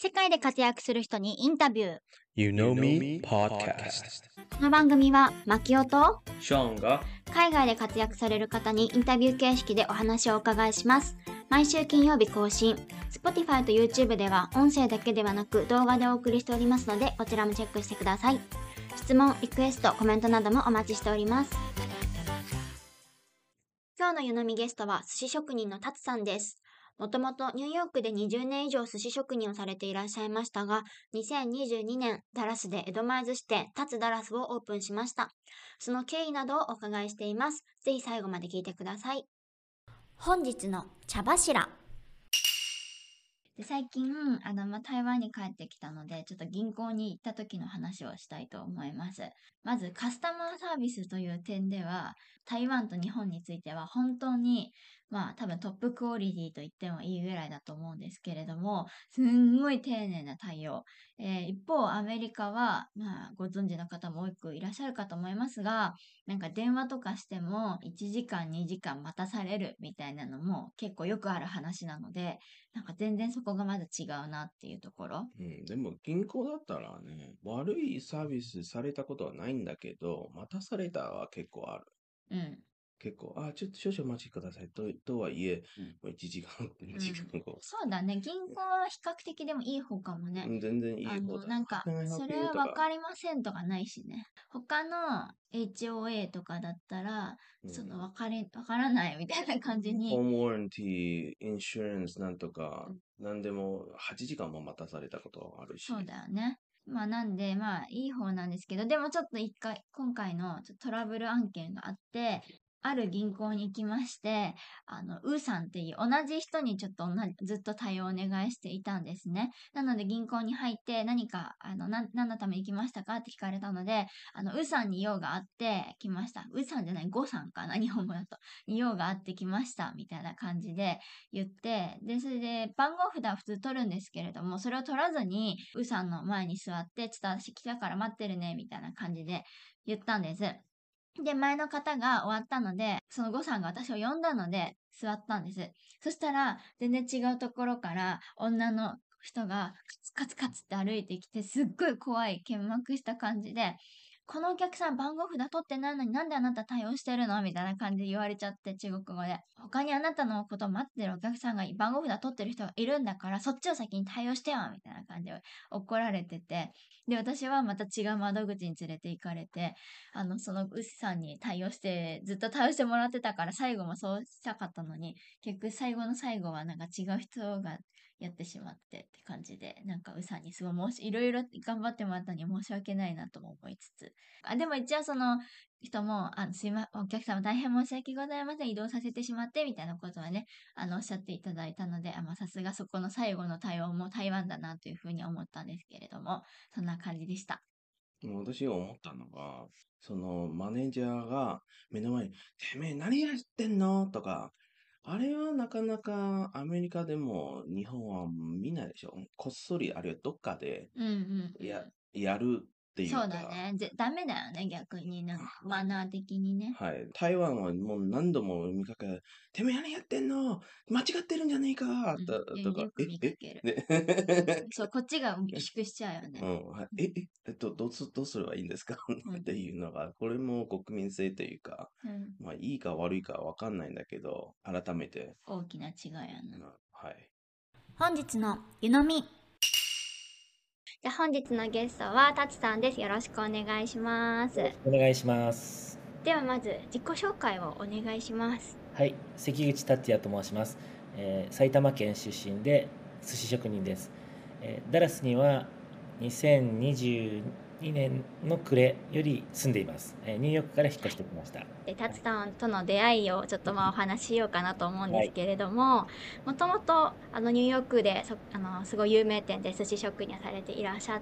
世界で活躍する人にインタビュー。 You Know Me Podcast。 この番組はマキオとショーンが海外で活躍される方にインタビュー形式でお話をお伺いします。毎週金曜日更新。 Spotify と YouTube では音声だけではなく動画でお送りしておりますので、こちらもチェックしてください。質問、リクエスト、コメントなどもお待ちしております。今日の湯飲みゲストは寿司職人のタツさんです。もともとニューヨークで20年以上寿司職人をされていらっしゃいましたが、2022年ダラスで江戸前寿司店タツダラスをオープンしました。その経緯などをお伺いしています。ぜひ最後まで聞いてください。本日の茶柱で、最近台湾に帰ってきたので、ちょっと銀行に行った時の話をしたいと思います。まずカスタマーサービスという点では、台湾と日本については本当に多分トップクオリティと言ってもいいぐらいだと思うんですけれども、すんごい丁寧な対応。一方アメリカはご存知の方も多くいらっしゃるかと思いますが、なんか電話とかしても1時間2時間待たされるみたいなのも結構よくある話なので、なんか全然そこがまだ違うなっていうところ。 でも銀行だったらね、悪いサービスされたことはないんだけど、待たされたは結構ある。結構、ちょっと少々お待ちくださいとはいえ、もう1時間、2時間後。 そうだね。銀行は比較的でもいい方かもね。 全然いい方だ。 なんか、それはわかりませんとかないしね。他の HOA とかだったら、わからないみたいな感じに。 ホームワランティー、インシュランスなんとか、なんでも8時間も待たされたことあるし。 そうだよね。なんで、いい方なんですけど、でもちょっと今回のトラブル案件があって、ある銀行に行きまして、ウーさんっていう同じ人にちょっとずっと対応をお願いしていたんですね。なので銀行に入って何か、何のために来ましたかって聞かれたので、ウーさんに用があって来ました。ウーさんじゃない、ゴさんかな、日本語だと。用があって来ました、みたいな感じで言って、で、それで番号札は普通取るんですけれども、それを取らずに、ウーさんの前に座って、ちょっと私来たから待ってるね、みたいな感じで言ったんです。で、前の方が終わったので、その呉さんが私を呼んだので、座ったんです。そしたら、全然違うところから、女の人がカツカツカツって歩いてきて、すっごい怖い、剣幕した感じで、このお客さん番号札取ってないのになんであなた対応してるのみたいな感じで言われちゃって、中国語で。他にあなたのことを待ってるお客さんが番号札取ってる人がいるんだから、そっちを先に対応してよみたいな感じで怒られてて。で、私はまた違う窓口に連れて行かれて、その牛さんに対応して、ずっと対応してもらってたから、最後もそうしたかったのに、結局最後の最後はなんか違う人がやってしまってって感じで、なんか牛さんにすごいいろいろ頑張ってもらったのに申し訳ないなとも思いつつ。でも一応その人も、お客様大変申し訳ございません。移動させてしまって、みたいなことはね、おっしゃっていただいたので、さすがそこの最後の対応も台湾だなというふうに思ったんですけれども、そんな感じでした。 私が思ったのが、そのマネージャーが目の前に、てめえ何やってんのとか、あれはなかなかアメリカでも日本は見ないでしょ。こっそり、あるいはどっかでやるっていうか。 そうだね。ダメだよね、逆に。なんかマナー的にね。 はい。台湾はもう何度も見かけ、てめえ何やってんの間違ってるんじゃねえかとか、 よく見かける。そう、こっちが萎縮しちゃうよね。 はい。どうすればいいんですかっていうのが、これも国民性というか、いいか悪いかわかんないんだけど、改めて。 大きな違いやな。 はい。 本日の湯飲み。じゃあ本日のゲストはタツさんです。よろしくお願いします。 お願いします。 ではまず自己紹介をお願いします。 はい、関口達也と申します。埼玉県出身で寿司職人です。ダラスには2022年の暮れより住んでいます。ニューヨークから引っ越してきました。 タツさんとの出会いをちょっとお話ししようかなと思うんですけれども、もともとニューヨークですごい有名店で寿司職人をされていらっしゃって、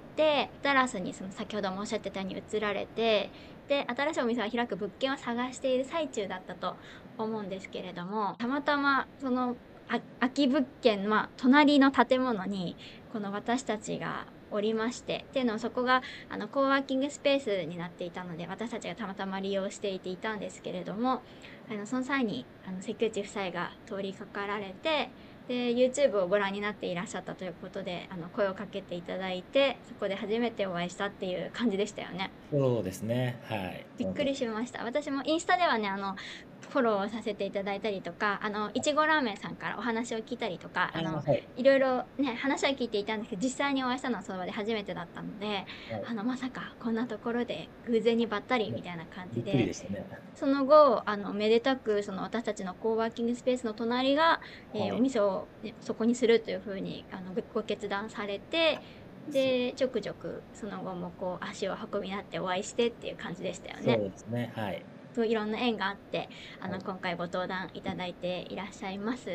ダラスに先ほどもおっしゃってたように移られて、で新しいお店を開く物件を探している最中だったと思うんですけれども、たまたまその空き物件、隣の建物にこの私たちがおりまして、っていうのはそこがコーワーキングスペースになっていたので、私たちがたまたま利用していたんですけれども、その際に関口夫妻が通りかかられて、 で YouTube をご覧になっていらっしゃったということで声をかけていただいて、そこで初めてお会いしたっていう感じでしたよね。 そうですね。はい。 びっくりしました。私もインスタではね、フォローさせていただいたりとか、いちごラーメンさんからお話を聞いたりとか、 はい。 いろいろね、話は聞いていたんですけど、実際にお会いしたのはその場で初めてだったので、 はい。 まさかこんなところで偶然にばったりみたいな感びっくりじで、 でしたね。 その後、めでたく、私たちのコーワーキングスペースの隣が、おはい。 店を、ね、そこにするというふうに、ご決断されて、で、ちょくちょく、その後もこう、足を運びになってお会いしてっていう感じでしたよそうね。 ですね。はい。 そういろんな縁があって、 はい。 今回ご登壇いただいていらっしゃいます。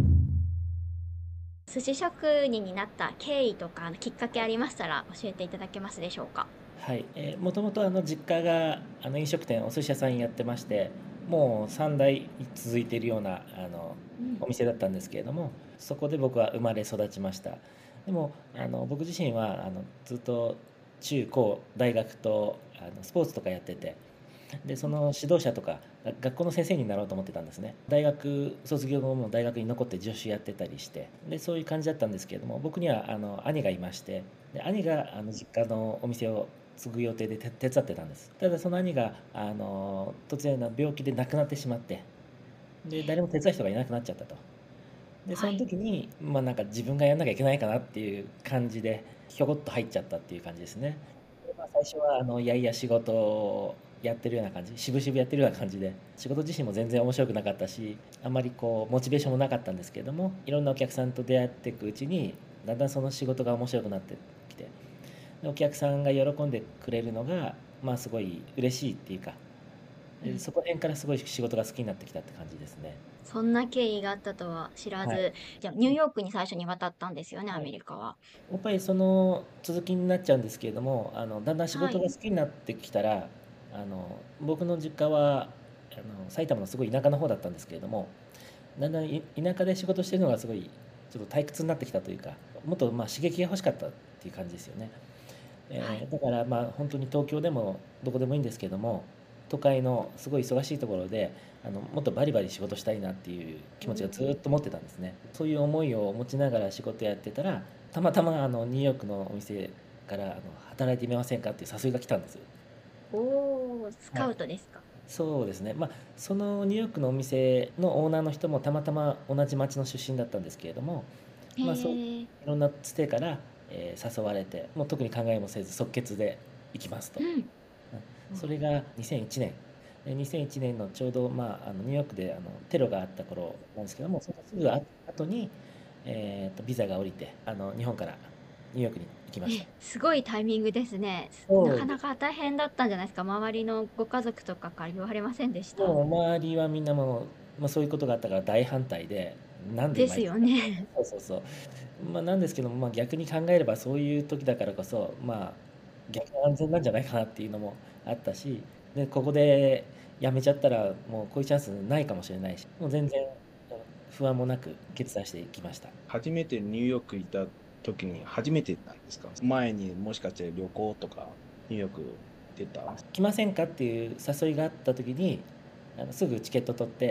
寿司職人になった経緯とか、きっかけありましたら教えていただけますでしょうか。 はい。もともと実家が飲食店、お寿司屋さんやってまして、もう3代続いているようなお店だったんですけれども、そこで僕は生まれ育ちました。でも僕自身はずっと中高大学とスポーツとかやってて、でその指導者とか学校の先生になろうと思ってたんですね。大学卒業後も大学に残って助手やってたりして、でそういう感じだったんですけれども、僕には兄がいまして、で兄が実家のお店を継ぐ予定で手伝ってたんです。ただその兄が突然の病気で亡くなってしまって、で誰も手伝う人がいなくなっちゃったと。でその時に、なんか自分がやんなきゃいけないかなっていう感じでひょこっと入っちゃったっていう感じですね。で最初はいやいや仕事をやってるような感じ、渋々やってるような感じで、仕事自身も全然面白くなかったし、あんまりこうモチベーションもなかったんですけれども、いろんなお客さんと出会っていくうちにだんだんその仕事が面白くなってきて、でお客さんが喜んでくれるのがすごい嬉しいっていうか、そこら辺からすごい仕事が好きになってきたって感じですね。 そんな経緯があったとは知らず、 はい。 じゃあニューヨークに最初に渡ったんですよね、アはい。 メリカは。 やっぱりその続きになっちゃうんですけれども、だんだん仕はい。 事が好きになってきたら、僕の実家は埼玉のすごい田舎の方だったんですけれども、だんだん田舎で仕事してるのがすごいちょっと退屈になってきたというか、もっと刺激が欲しかったっていう感じですよね。 はい。 だから本当に東京でもどこでもいいんですけども、都会のすごい忙しいところでもっとバリバリ仕事したいなっていう気持ちがずっと持ってたんですね。そういう思いを持ちながら仕事やってたら、たまたまニューヨークのお店から働いてみませんかっていう誘いが来たんです。 おー、スカはい。 ウトですか。 そうですね。そのニューヨークのお店のオーナーの人もたまたま同じ町の出身だったんですけれども、 へそういえ。 ろんなつてから、誘われて、もう特に考えもせず即決で行きますと。 うん。 それが2001年。で2001年のちょうど、ニューヨークでテロがあった頃なんですけども、そのすぐ後に、ビザが降りて日本からニューヨークに行きました。 すごいタイミングですね。なかなそうです。 か大変だったんじゃないですか。周りのご家族とかから言われませんでした？ もう周りはみんなもう、そういうことがあったから大反対で、なんで今です行くんだ。 よね。 そうそうそう。なんですけども、逆に考えればそういう時だからこそ、逆に安全なんじゃないかなっていうのもあったし、で、ここで辞めちゃったら、もうこういうチャンスないかもしれないし、もう全然不安もなく決断していきました。 初めてニューヨーク行った時に初めてなんですか？前にもしかして旅行とかニューヨーク出た？ 来ませんかっていう誘いがあった時に、すぐチケット取って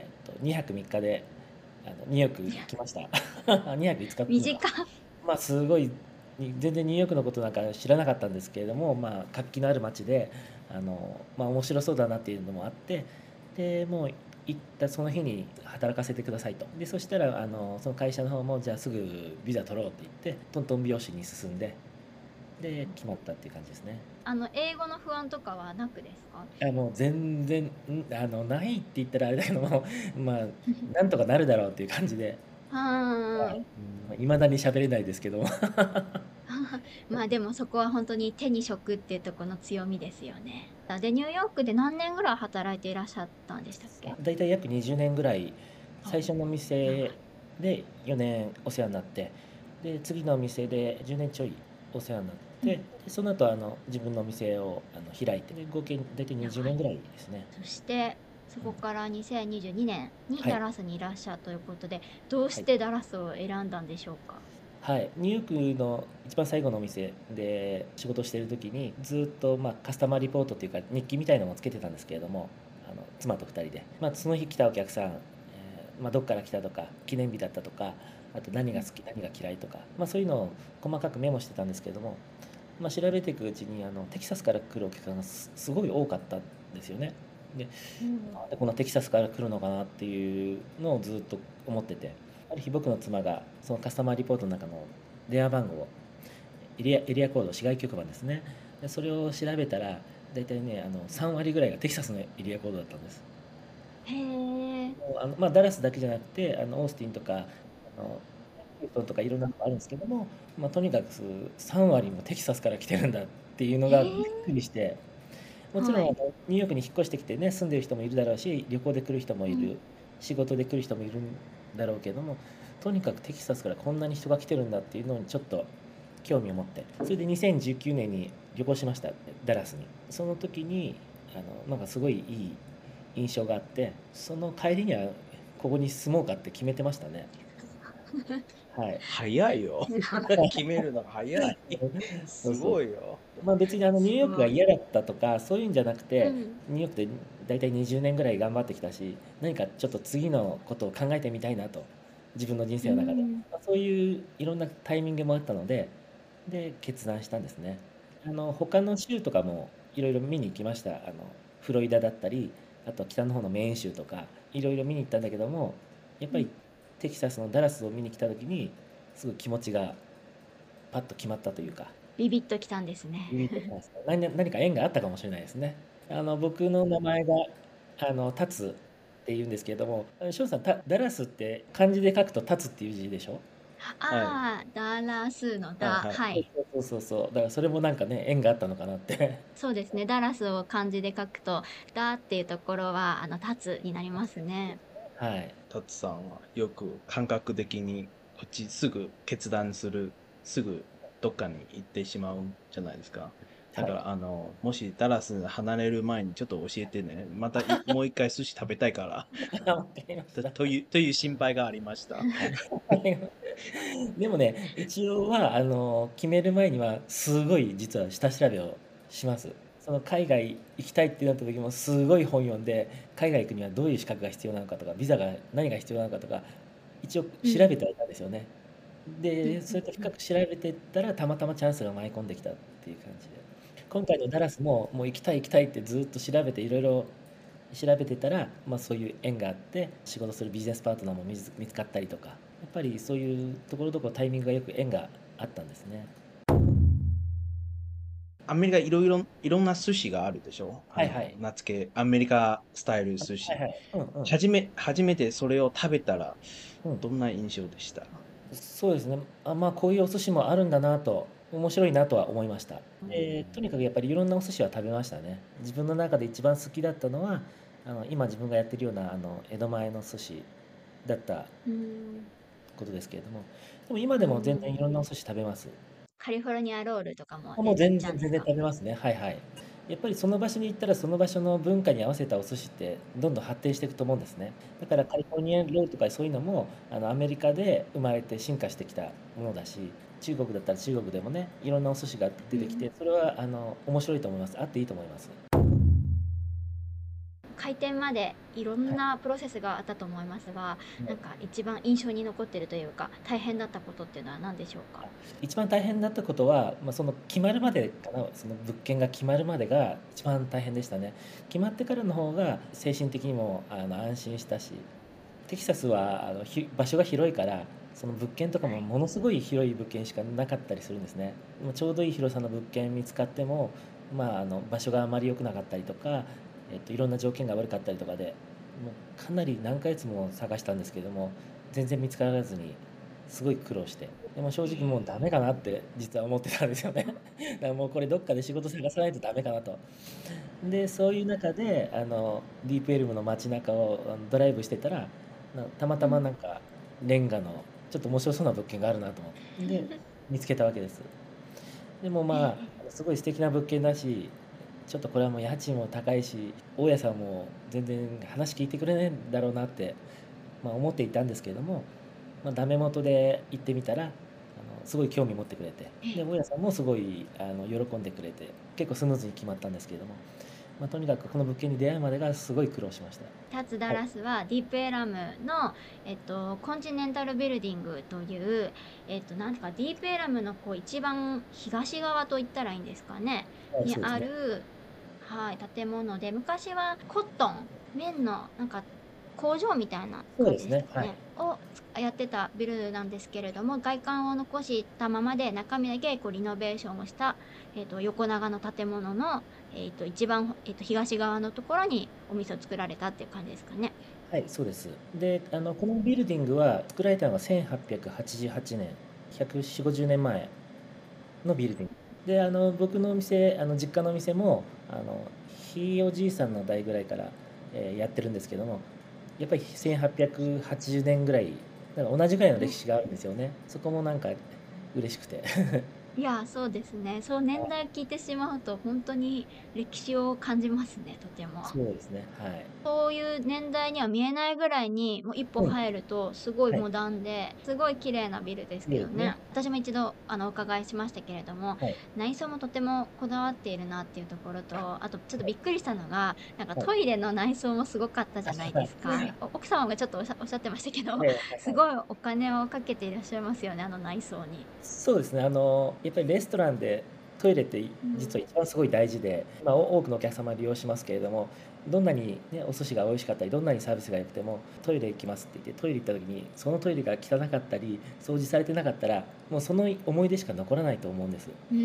、2泊3日でニューヨークいや、 行きました。2泊5日っていうのか。 短っ。 すごい全然ニューヨークのことなんか知らなかったんですけれども、活気のある街で面白そうだなっていうのもあって、でもう行ったその日に働かせてくださいと。でそしたらその会社の方もじゃあすぐビザ取ろうって言ってトントン拍子に進んで、で決まったっていう感じですね。 英語の不安とかはなくですか？ もう全然ないって言ったらあれだけども、なんとかなるだろうっていう感じで、 はーい。 未だに喋れないですけども。 まあでもそこは本当に手に職っていうところの強みですよね。で、ニューヨークで何年ぐらい働いていらっしゃったんでしたっけ？ だいたい約20年ぐらい、 あ、 最初の店長い。 で4年お世話になって、で次の店で10年ちょいお世話になって、でその後自分の店を開いて、で合計だいたい20 長い。 年ぐらいですね。 そしてそこから2022年にはい。 ダラスにいらっしゃるということで、どうはい。 してダラスを選んだんでしょうか？ はい、ニューヨークの一番最後のお店で仕事している時にずっとカスタマーリポートっていうか日記みたいなのもつけてたんですけれども、妻と2人で、その日来たお客さん、 どっから来たとか記念日だったとか、あと何が好き何が嫌いとか、そういうのを細かくメモしてたんですけども、調べていくうちにテキサスから来るお客さんがすごい多かったんですよね。で、なんでこのテキサスから来るのかなっていうのをずっと思ってて、ある日僕の妻がそのカスタマーリポートの中の電話番号、エリアコード、市外局番ですね。でそれを調べたら、大体ね、3割ぐらいがテキサスのエリアコードだったんです。 へえ。 ダラスだけじゃなくて、オースティンとか、ヒューストンとかいろんなのがあるんですけども、とにかく3割もテキサスから来てるんだっていうのへがびっくえ。 りして、もちろんはい。 ニューヨークに引っ越してきてね、住んでる人もいるだろうし、旅行で来る人もいる、 うん仕事で来る人もいるんだろうけども、とにかくテキサスからこんなに人が来てるんだっていうのにちょっと興味を持って、それで2019年に旅行しました、ダラスに。その時になんかすごいいい印象があって、その帰りにはここに住もうかって決めてましたね。はい。 早いよ。決めるのが早い。すごいよ。 別にニューヨークが嫌だったとかそういうんじゃなくて、 うんニューヨークで大体20年ぐらい頑張ってきたし、何かちょっと次のことを考えてみたいなと、自分の人う生の中で、 ん。 そういういろんなタイミングもあったので、決断したんですね。他の州とかもいろいろ見に行きました。フロリダだったり、あと北の方のメーン州とかいろいろ見に行ったんだけども、やっぱりテキサスのダラスを見に来た時にすぐ気持ちがパッと決まったというか、 ビビッときたんですね。 ビビッときました。何か縁があったかもしれないですね。僕の名前がタツって言うんですけれども、翔さん、ダラスって漢字で書くとタツっていう字でしょ？ ああ、ダラスのダ、 はいはい。 そう。だからそれもなんかね、縁があったのかなって。 そうですね。ダラスを漢字で書くと、ダっていうところは、立つになりますね。 はい。 タツさんはよく感覚的にこっちすぐ決断する、すぐどっかに行ってしまうんじゃないですか。だから、 はもしダラス離れる前にちょっと教えてね。またもう一回寿司食べたいから。 わかりました。 という心配がありました。 でもね、一応は決める前にはすごい実は下調べをします。その海外行きたいってなった時もすごい本読んで、海外行くにはどういう資格が必要なのかとか、ビザが何が必要なのかとか、一応調べてはいたんですよね。で、そうやって深く調べていったら、たまたまチャンスが舞い込んできたっていう感じで。今回のダラスも、もう行きたいってずっと調べて、いろいろ調べてたら、そういう縁があって、仕事するビジネスパートナーも見つかったりとか、やっぱりそういうところどころタイミングがよく縁があったんですね。 アメリカいろんな寿司があるでしょ？ はいはい。 名付け、アメリカスタイル寿司。 はいはい。うんうん。 初めてそれを食べたら、 うんどんな印象でした？ そうですね。こういうお寿司もあるんだなと、面白いなとは思いました。とにかくやっぱりいろんなお寿司は食べましたね。自分の中で一番好きだったのは、今自分がやってるような江戸前の寿司だったうん。 ことですけれども、でも今でも全然いろんなお寿司食べます。 カリフォルニアロールとかももう全然いっちゃうん全然ですか？ 食べますね。はいはい。やっぱりその場所に行ったらその場所の文化に合わせたお寿司ってどんどん発展していくと思うんですね。だからカリフォルニアロールとかそういうのもアメリカで生まれて進化してきたものだし、中国だったら中国でもね、いろんなお寿司が出てきて、それは面白いと思います。あっていいと思います。 開店までいろんなプロセスがあったと思いますが、なんか一番印象に残ってるというか、大変だったことっていうのは何でしょうか？ 一番大変だったことは、その決まるまでかな、その物件が決まるまでが一番大変でしたね。決まってからの方が精神的にも安心したし、テキサスは場所が広いから、その物件とかもものすごい広い物件しかなかったりするんですね。もうちょうどいい広さの物件見つかっても、場所があまり良くなかったりとか、いろんな条件が悪かったりとかで、もうかなり何ヶ月も探したんですけども、全然見つからずにすごい苦労して、でも正直もうダメかなって実は思ってたんですよね。だからもうこれどっかで仕事探さないとダメかなと。でそういう中でディープエルムの街中をドライブしてたら、たまたまなんかレンガのちょっと面白そうな物件があるなと思ってで見つけたわけです。でもすごい素敵な物件だし、ちょっとこれはもう家賃も高いし、大家さんも全然話聞いてくれないんだろうなって、思っていたんですけれども、ダメ元で行ってみたらすごい興味持ってくれて、で大家さんもすごい喜んでくれて、結構スムーズに決まったんですけれども、 とにかくこの物件に出会うまでがすごい苦労しました。 立つダラスはディープエラムの、コンチネンタルビルディングという、なんていうかディープエラムのこう一番東側と言ったらいいんですかね、にそうですね。 ある、はい、建物で、昔はコットン、綿のなんか工場みたいなそう感ですね。 じですかね、をやってたビルなんですけれども、外観を残したままで中身だけこうリノベーションをした、横長の建物の、一番、東側のところにお店を作られたっていう感じですかね。 はい、そうです。で、このビルディングは作られたのが1888年、140、50年前のビルディング。で、僕のお店、実家のお店も、ひいおじいさんの代ぐらいから、やってるんですけども、やっぱり1880年ぐらい、だから同じぐらいの歴史があるんですよね。そこもなんか嬉しくて。 いや、そうですね。そう年代聞いてしまうと本当に歴史を感じますね、とても。 そうですね。はい。 そういう年代には見えないぐらいに、もう一歩うん。 入るとすごいはい。 モダンで、すごい綺麗なビルですけどね。 そうですね。 私も一度お伺いしましたけれども、 はい。 内装もとてもこだわっているなっていうところと、あとちょっとびっくりしたのが、なんかはい。 トイレの内装もすごかったじゃないですか。奥様がちょっとおっしゃってましたけど、 はいはいすごいお金をかけていらっしゃいますよね、あの内装に。 そうですね。やっぱりレストランでトイレって実は一番すごい大事で、多くのお客様利用しますけれども、どんなにね、お寿司が美味しかったり、どんなにサービスが良くても、トイレ行きますって言って、トイレ行った時に、そのトイレが汚かったり、掃除されてなかったら、もうその思い出しか残らないと思うんです。 うん。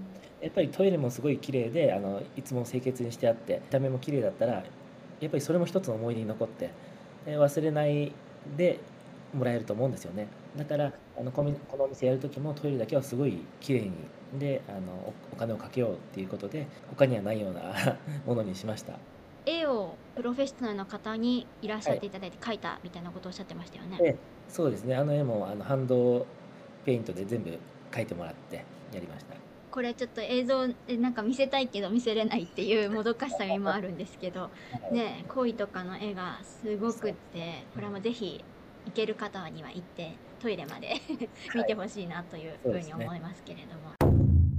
やっぱりトイレもすごい綺麗で、いつも清潔にしてあって、見た目も綺麗だったら、やっぱりそれも一つの思い出に残って、忘れないでもらえると思うんですよね。だから、このお店やる時もトイレだけはすごい綺麗に、で、お金をかけようっていうことで、他にはないようなものにしました。 絵をプロフェッショナルの方にいらっしはい。 ゃっていただいて描いたみたいなことをおっしゃってましたよね。 で、そうですね。あの絵もハンドペイントで全部描いてもらってやりました。 これちょっと映像でなんか見せたいけど見せれないっていうもどかしさが今あるんですけど、ね、恋とかの絵がすごくって、これもぜひ行ける方には行ってトイレまで見てほしいなというふうに思いますけれども。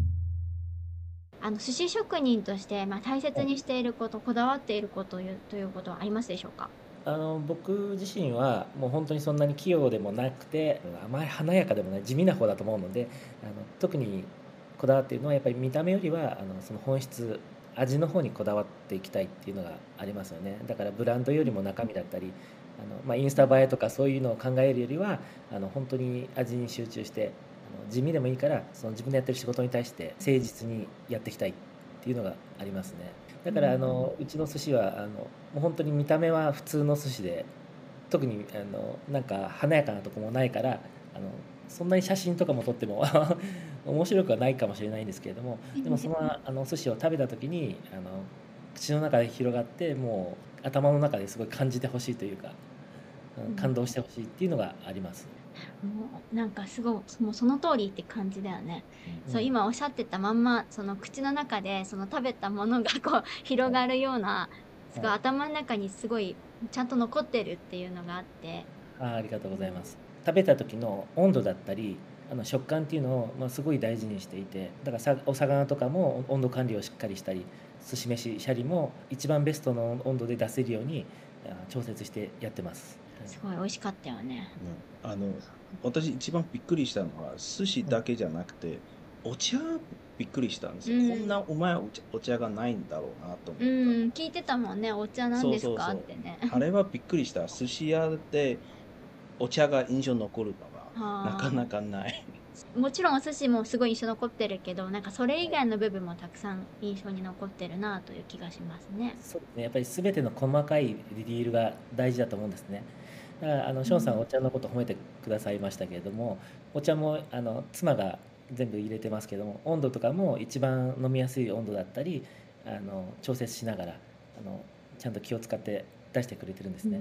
寿司職人として、大切にしていること、こだわっていることということはありますでしょうか？ 僕自身はもう本当にそんなに器用でもなくて、あまり華やかでもない地味な方だと思うので、特にこだわっているのはやっぱり見た目よりはその本質、味の方にこだわっていきたいっていうのがありますよね。だからブランドよりも中身だったり、インスタ映えとかそういうのを考えるよりは本当に味に集中して、地味でもいいからその自分でやってる仕事に対して誠実にやっていきたいっていうのがありますね。だからうちの寿司はもう本当に見た目は普通の寿司で、特になんか華やかなとこもないから、そんなに写真とかも撮っても面白くはないかもしれないんですけれども、でもそのお寿司を食べた時に口の中で広がって、もう頭の中ですごい感じてほしいというか、感動してほしいっていうのがあります。 もうなんかすごいもうその通りって感じだよね。そう、 うん。 今おっしゃってたまんま、その口の中でその食べたものがこう広がるような、すごいはい。 頭の中にすごいちゃんと残ってるっていうのがあって、 ありがとうございます。食べた時の温度だったり、食感っていうのを、すごい大事にしていて、だからお魚とかも温度管理をしっかりしたり、寿司飯、シャリも一番ベストの温度で出せるように調節してやってます。 すごい美味しかったよね。 私一番びっくりしたのは、寿司だけじゃなくて、お茶びっくりしたんですよ。こんなうまいお茶がないんだろうなと思った。 聞いてたもんね。お茶なんですかってね。 あれはびっくりした。寿司屋でお茶が印象に残るのがなかなかない。 もちろんお寿司もすごい印象残ってるけど、なんかそれ以外の部分もたくさん印象に残ってるなという気がしますね。 そうですね。やっぱり全ての細かいディティールが大事だと思うんですね。だからショーンさんはお茶のこと褒めてくださいましたけれども、お茶も妻が全部入れてますけども、温度とかも一番飲みやすい温度だったり調節しながらちゃんと気を使って出してくれてるんですね。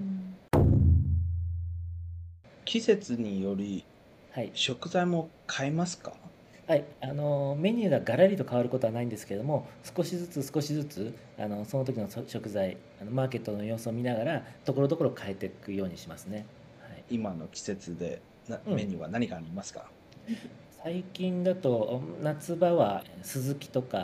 季節によりはい。 食材も変えますか？ はい、メニューがガラリと変わることはないんですけれども、少しずつ少しずつその時の食材、マーケットの様子を見ながらところどころ変えていくようにしますね。はい。 今の季節でうんメニューは何かありますか？ 最近だと夏場はスズキとか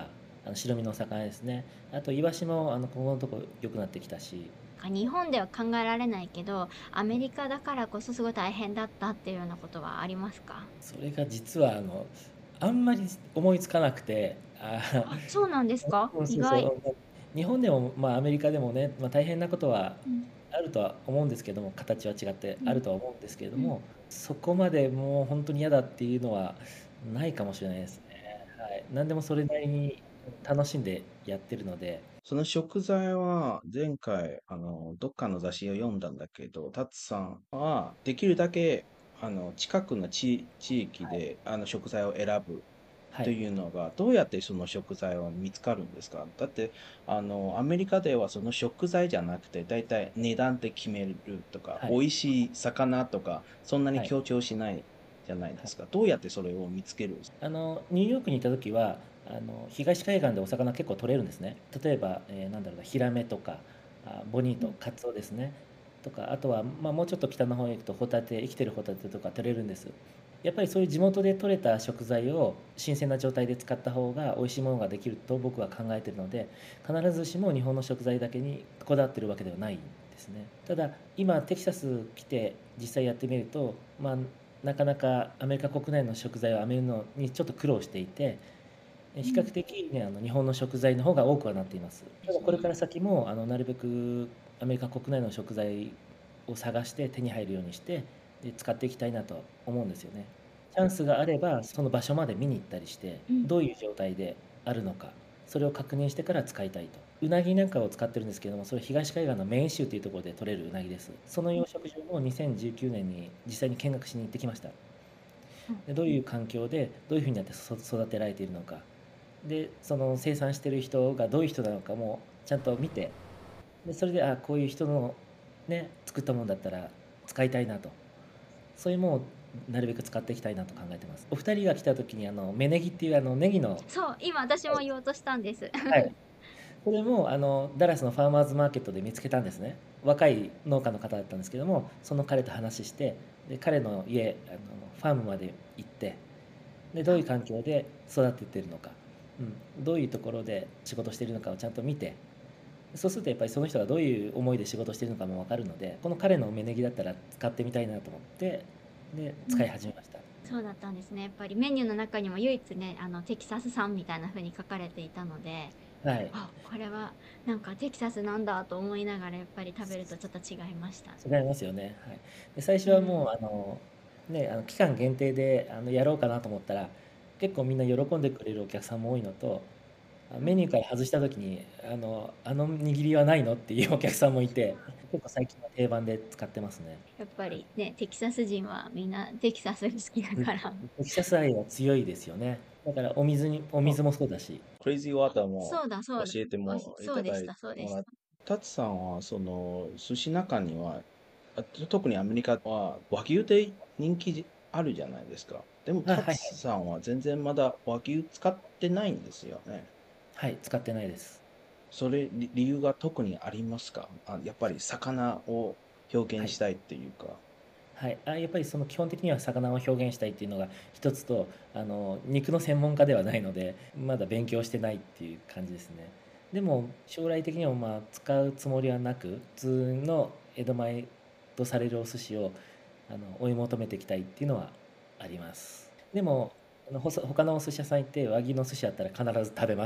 白身のお魚ですね。あとイワシもここのとこ良くなってきたし、 日本では考えられないけど、アメリカだからこそすごい大変だったっていうようなことはありますか？ それが実はあんまり思いつかなくて、 あ、そうなんですか？ うん、そうそ意外。 う。日本でも、アメリカでもね、大変なことはうん、 あるとは思うんですけども、形は違ってうん、 あるとは思うんですけれどうん。 も、そこまでもう本当に嫌だっていうのはないかもしれないですね。はい。何でもそれなりに楽しんでやってるので、 その食材は前回、どっかの雑誌を読んだんだけど、タツさんはできるだけ、近くの地域で、食材を選ぶはい。 というのが、どうやってその食材は見つかるんですか？だって、アメリカではその食材じゃなくて、だいたい値段で決めるとか、 はい。 美味しい魚とか、そんなにはい。 強調しないじゃないではい。 すか。どうやってそれを見つけるんですか？ ニューヨークにいた時は、東海岸でお魚結構取れるんですね。例えば、なんだろうな、ヒラメとか、ボニート、 うん。 カツオですね。とか、あとは、もうちょっと北の方へ行くと、ホタテ、生きてるホタテとか取れるんです。やっぱりそういう地元で採れた食材を新鮮な状態で使った方が美味しいものができると僕は考えているので、必ずしも日本の食材だけにこだわってるわけではないんですね。ただ、今、テキサス来て実際やってみると、なかなかアメリカ国内の食材を編めるのにちょっと苦労していて、比較うん。 的ね、日本の食材の方が多くはなっています。ただこれからえ先もなるべくアメリカ国内の食材を探して手に入るようにしてで使っていきたいなと思うんですよね。チャンスがあればその場所まで見に行ったりしてうん。 どういう状態であるのかそれを確認してから使いたいと。うなぎなんかを使ってるんですけども、それ東海岸のメイン州というところで取れるうなぎです。その養殖場を2019年に実際に見学しに行ってきました。 うん。 でどういう環境でどういうふうにやって育てられているのか、でその生産してる人がどういう人なのかもちゃんと見て、でそれでこういう人のね作ったものだったら使いたいなと、そういうものをなるべく使っていきたいなと考えてます。お二人が来た時に芽ネギっていうネギの、 そう、今私も言おうとしたんです。 はい、これもダラスのファーマーズマーケットで見つけたんですね。若い農家の方だったんですけども、その彼と話して、で彼の家ファームまで行って、でどういう環境で育ててるのか、どういうところで仕事しているのかをちゃんと見て、そうするとやっぱりその人がどういう思いで仕事しているのかも分かるので、この彼の芽ネギだったら使ってみたいなと思ってで使いうん。 始めました。 そうだったんですね。やっぱりメニューの中にも唯一ね、テキサス産みたいな風に書かれていたので、 はい。 あ、これはなんかテキサスなんだと思いながらやっぱり食べるとちょっと違いました。 違いますよね。はい。で、最初はもううん。 期間限定でやろうかなと思ったら、結構みんな喜んでくれるお客さんも多いのと、 うん。 メニューから外した時にあの握りはないのっていうお客さんもいて、結構最近は定番で使ってますね。 やっぱりね、テキサス人はみんなテキサスが好きだうん、 から。 テキサス愛は強いですよね。だからおあ、 水もそうだし。 クレイジーワーターもそうだそうだ。 教えてもいただいそうでした、そうでもらっした。 タツさんは、寿司中には、特にアメリカは和牛で人気あるじゃないですか。でも、タはいはい。 ツさんは全然まだ和牛使ってないんですよね。 はい、使ってないです。 理由が特にありますか？やっぱり魚を表はい。 現したいっていうか。 はい、やっぱりその基本的には魚を表現したいっていうのが一つと、肉の専門家ではないので、まだ勉強してないっていう感じですね。でも将来的には使うつもりはなく、普通の江戸前とされるお寿司を追い求めていきたいっていうのはあります。でも他のお寿司屋さん行って和牛の寿司あったら必ず食べます。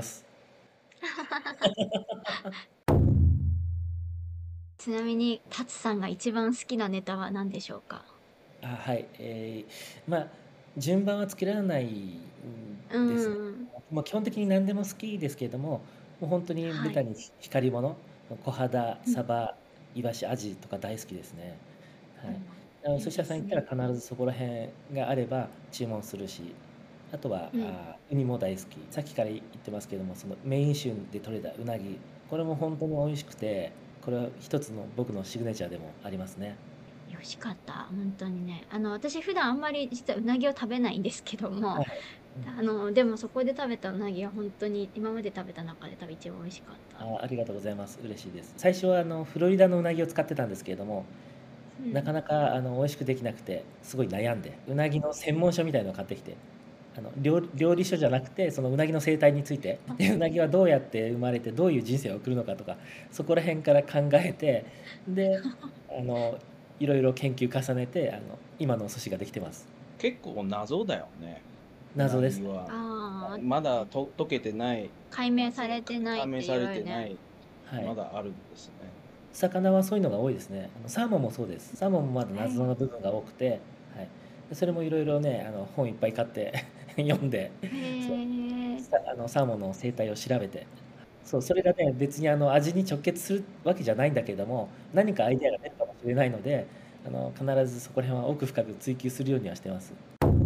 ちなみに、タツさんが一番好きなネタは何でしょうか？ はい、順番はつけられないうーんですね。 ん。 基本的に何でも好きですけれども、もう本当にベはい。 タに光り物、小肌、 うん。 サバ、イワシ、アジとか大好きですね。はい。 うん。 お寿いい司屋さん行ったですね。 ら必ずそこら辺があれば注文するし、あとはうん。 ウニも大好き。さっきから言ってますけども、そのメイン州で取れたうなぎ、これも本当に美味しくて、これは一つの僕のシグネチャーでもありますね。 美味しかった。本当にね。私普段あんまり実はうなぎを食べないんですけども、 はい。うん。 でもそこで食べたうなぎは本当に今まで食べた中で多分一番美味しかった。 ありがとうございます。嬉しいです。最初はフロリダのうなぎを使ってたんですけれども、 うん。 なかなか美味しくできなくて、すごい悩んで、うなぎの専門書みたいのを買ってきて、 料理書じゃなくてそのうなぎの生態についてでうなぎはどうやって生まれてどういう人生を送るのかとかそこら辺から考えてであのいろいろ研究重ねて今のお寿司ができてます。 結構謎だよね。 謎ですね。 ああ、 まだ解けてない、 解明されてないって解明さいうよね。 れてない、 はい、 まだあるんですね。 魚はそういうのが多いですね。サーモンもそうです。サーモンもまだ謎の部分が多くて、はい、でそれもいろいろね本いっぱい買って読んでへそうえ。 サーモンの生態を調べてそうそれがね別に味に直結するわけじゃないんだけども何かアイデアが出るかもしれないので必ずそこら辺は奥深く追求するようにはしてます。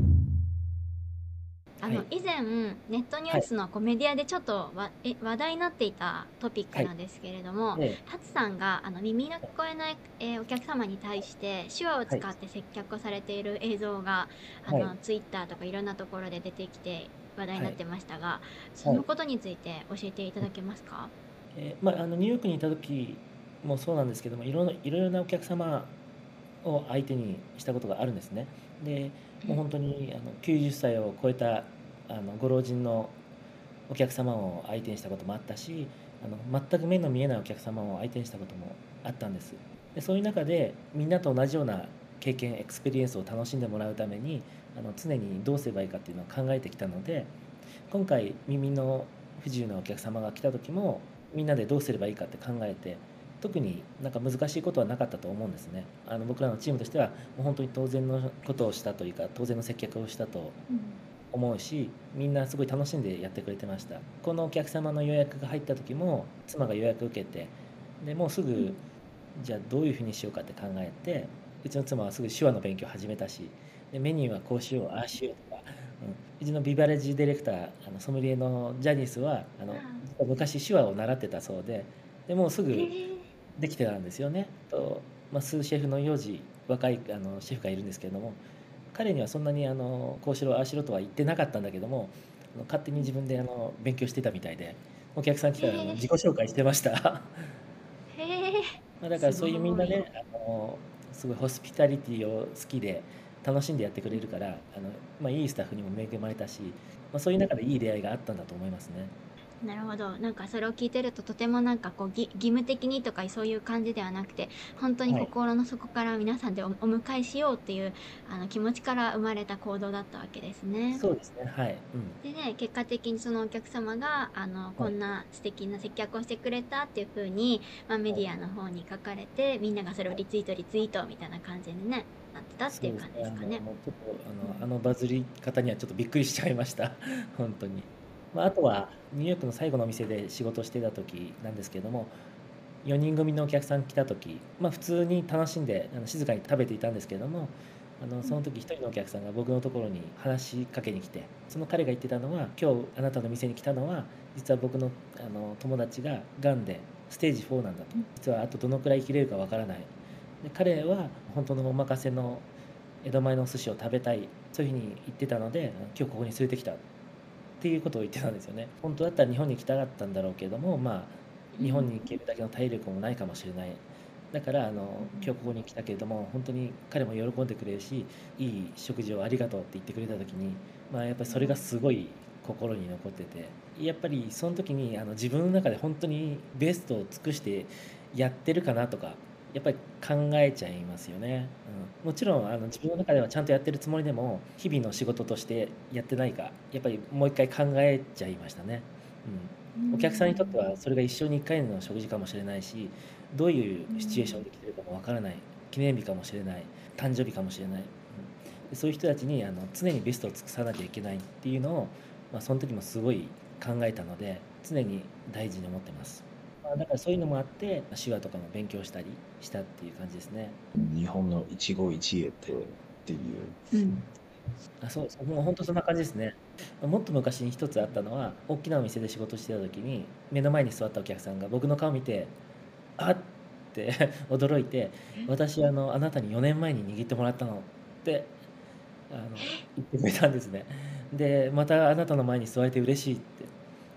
はい、 以前ネットニュはい、 ースのメディアでちょっと話題になっていたトピックはい、 なんですけれども、 ええ、 ハツさんが耳の聞こえない、お客様に対して手話をはい、 使って接客をされている映像がはい、 ツイッターとかいろんなところで出てきて話題にはい、 なってましたが、そはい。 のことについて教えていただけますか？ ニューヨークにいた時もそうなんですけどもいろいろなお客様を相手にしたことがあるんですね。で、もう本当に90歳を超えたご老人のお客様を相手にしたこともあったし、全く目の見えないお客様を相手にしたこともあったんです。で、そういう中でみんなと同じような経験、エクスペリエンスを楽しんでもらうために常にどうすればいいかっていうのを考えてきたので、今回耳の不自由なお客様が来た時もみんなでどうすればいいかって考えて特になんか難しいことはなかったと思うんですね。僕らのチームとしてはもう本当に当然のことをしたというか当然の接客をしたとうん。 思うしみんなすごい楽しんでやってくれてました。このお客様の予約が入った時も妻が予約受けてでもうすぐじゃあどういうふうにしようかって考えてうちの妻はすぐ手話の勉強を始めたしでメニューはこうしようああしようとか、うちのビバレッジディレクターソムリエのジャニスは実は昔手話を習ってたそうでもうすぐへえ。 できてたんですよね。スーシェフの幼児若いシェフがいるんですけれども彼にはそんなにこうしろああしろとは言ってなかったんだけども勝手に自分で勉強してたみたいでお客さん来たらへえ。 自己紹介してました。 へえ。 だからすそういうみんごい。 なねすごいホスピタリティを好きで楽しんでやってくれるからいいスタッフにも恵まれたし、そういう中でいい出会いがあったんだと思いますね。 なるほど。なんかそれを聞いてるととてもなんか義務的にとかそういう感じではなくて、本当にはい、 心の底から皆さんでお迎えしようっていう気持ちから生まれた行動だったわけですね。 そうですね、はい、 でね、結果的にそのお客様がはい、 こんな素敵な接客をしてくれたっていう風に、メはい。 ディアの方に書かれて、みんながそれをリツイートみたいな感じでね、なってたっていう感じそうですね、 ですかね。 もうちょっとうんバズり方にはちょっとびっくりしちゃいました。本当に。あとはニューヨークの最後のお店で仕事してた時なんですけども、4人組のお客さん来た時、普通に楽しんで静かに食べていたんですけれども、その時一人のお客さんが僕のところに話しかけに来て、その彼が言ってたのは、今日あなたの店に来たのは、実は僕の友達ががんでステージ4なんだと。実はあとどのくらい生きれるかわからない。で彼は本当のお任せの江戸前のお寿司を食べたい、そういうふうに言ってたので、今日ここに連れてきたっていうことを言ってたんですよね。本当だったら日本に来たかったんだろうけども、日本に行けるだけの体力もないかもしれない。だから今日ここに来たけれども、本当に彼も喜んでくれるし、いい食事をありがとうって言ってくれた時に、やっぱりそれがすごい心に残ってて、やっぱりその時に自分の中で本当にベストを尽くしてやってるかなとか、やっぱり考えちゃいますよね。もちろん自分の中ではちゃんとやってるつもりでも日々の仕事としてやってないかやっぱりもう一回考えちゃいましたね。 うお客さんにとってん。 はそれが一生に一回の食事かもしれないしどういうシチュエーションで来てるかもわからない記念日かもしれない誕生日かもしれない、でそういう人たちに常にベストを尽くさなきゃいけないっていうのを、その時もすごい考えたので常に大事に思ってます。だからそういうのもあって手話とかも勉強したりしたっていう感じですね。 日本の一期一会っていう。 うん。 そうです。もう本当そんな感じですね。もっと昔に一つあったのは、大きなお店で仕事してた時に、目の前に座ったお客さんが僕の顔見て、あって驚いて、私あなたに4年前に握ってもらったのって言ってくれたんですね。で、またあなたの前に座れて嬉しいって。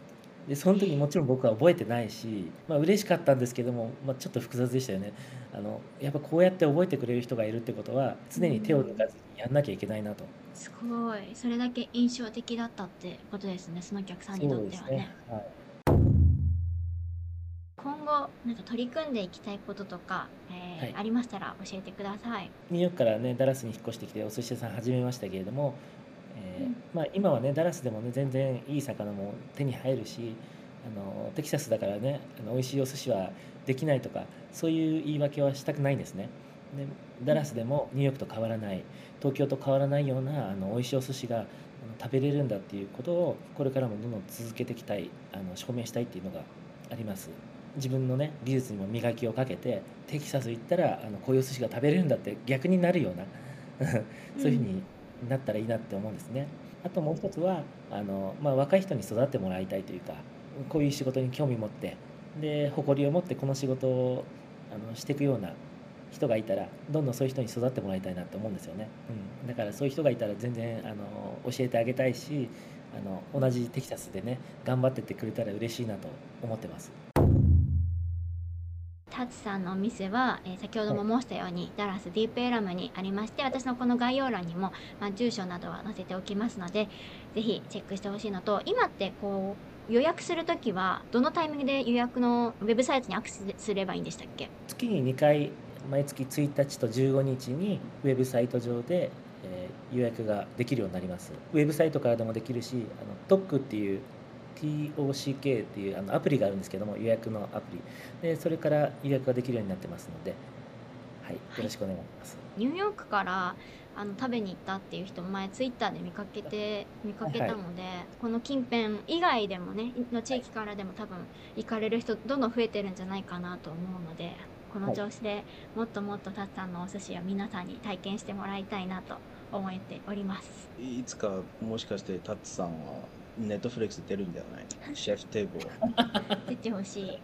でその時もちろん僕は覚えてないし、嬉しかったんですけども、ちょっと複雑でしたよね。やっぱこうやって覚えてくれる人がいるってことは常に手を抜かずにやんなきゃいけないなと。 すごい。それだけ印象的だったってことですね、そのお客さんにとってはね。 はい、 今後なんか取り組んでいきたいこととか、 はいありましたら教えてください。 ニューヨークからねダラスに引っ越してきてお寿司屋さん始めましたけれども、今はねダラスでもね全然いい魚も手に入るし、テキサスだからね美味しいお寿司はできないとかそういう言い訳はしたくないんですね。でダラスでもニューヨークと変わらない、東京と変わらないような美味しいお寿司が食べれるんだっていうことをこれからもどんどん続けていきたい、証明したいっていうのがあります。自分のね技術にも磨きをかけてテキサス行ったらこういうお寿司が食べれるんだって逆になるようなそういうふうになったらいいなって思うんですね。あともう一つは若い人に育ってもらいたいというか、こういう仕事に興味持ってで誇りを持ってこの仕事をしていくような人がいたらどんどんそういう人に育ってもらいたいなと思うんですよね。だからそういう人がいたら全然教えてあげたいし、同じテキサスでね頑張ってってくれたら嬉しいなと思ってます。 タツさんのお店は、先ほども申したように、ダラスディープエラムにありまして、私のこの概要欄にも、住所などは載せておきますので、ぜひチェックしてほしいのと、今ってこう予約するときはどのタイミングで予約のウェブサイトにアクセスすればいいんでしたっけ？ 月に2回毎月1日と15日にウェブサイト上で、予約ができるようになります。ウェブサイトからでもできるし、TOC っていうTOCK っていうアプリがあるんですけども、予約のアプリでそれから予約ができるようになってますので、はい、よろしくお願いします。 ニューヨークから食べに行ったっていう人も前ツイッターで見かけたので、この近辺以外でもねの地域からでも多分行かれる人どんどん増えてるんじゃないかなと思うので、この調子でもっともっとタツさんのお寿司を皆さんに体験してもらいたいなと思っております。 いつかもしかしてタッツさんはネットフリックス出るんではないシェフテーブル出てほしい。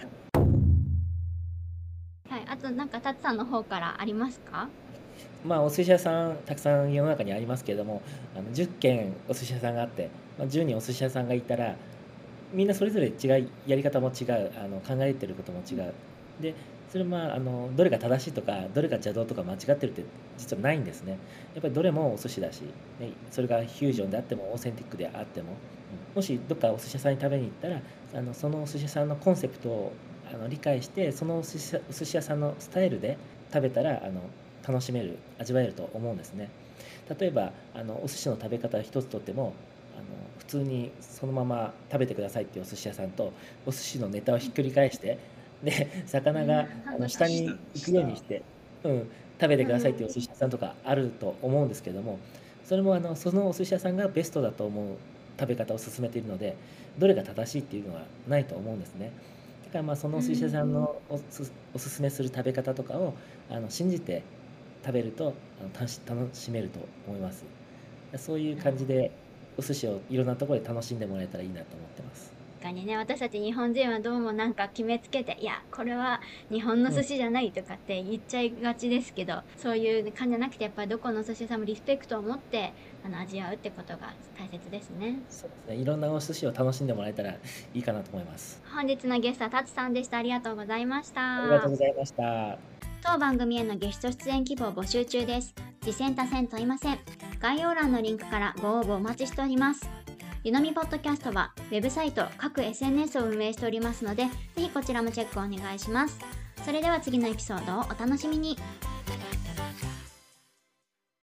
はい、あとなんかタツさんの方からありますか？ お寿司屋さんたくさん世の中にありますけれども、10軒お寿司屋さんがあって、10人お寿司屋さんがいたらみんなそれぞれ違いやり方も違う、考えてることも違う。でそれどれが正しいとかどれが邪道とか間違ってるって実はないんですね。やっぱりどれもお寿司だし、ね、それがフュージョンであってもオーセンティックであっても、もしどっかお寿司屋さんに食べに行ったらそのお寿司屋さんのコンセプトを理解してそのお寿司屋さんのスタイルで食べたら楽しめる味わえると思うんですね。例えばお寿司の食べ方一つとっても普通にそのまま食べてくださいっていうお寿司屋さんと、お寿司のネタをひっくり返してで魚が下に行くようにして、食べてくださいっていうお寿司屋さんとかあると思うんですけども、それもそのお寿司屋さんがベストだと思う食べ方を勧めているので、どれが正しいっていうのはないと思うんですね。だからそのお寿司屋さんのおすすめする食べ方とかを信じて食べると楽しめると思います。そういう感じでお寿司をいろんなところで楽しんでもらえたらいいなと思ってます。 確かにね、私たち日本人はどうもなんか決めつけて、いやこれは日本の寿司じゃないとかって言っちゃいがちですけど、そういう感じじゃなくて、やっぱりどこのお寿司屋さんもリスペクトを持って味わうってことが大切ですね。 そうですね。いろんなお寿司を楽しんでもらえたらいいかなと思います。 本日のゲストはタツさんでした。ありがとうございました。 ありがとうございました。 当番組へのゲスト出演希望募集中です。次戦他戦問いません。概要欄のリンクからご応募お待ちしております。ゆのみポッドキャストはウェブサイト、各 SNS を運営しておりますので、ぜひこちらもチェックお願いします。それでは次のエピソードをお楽しみに。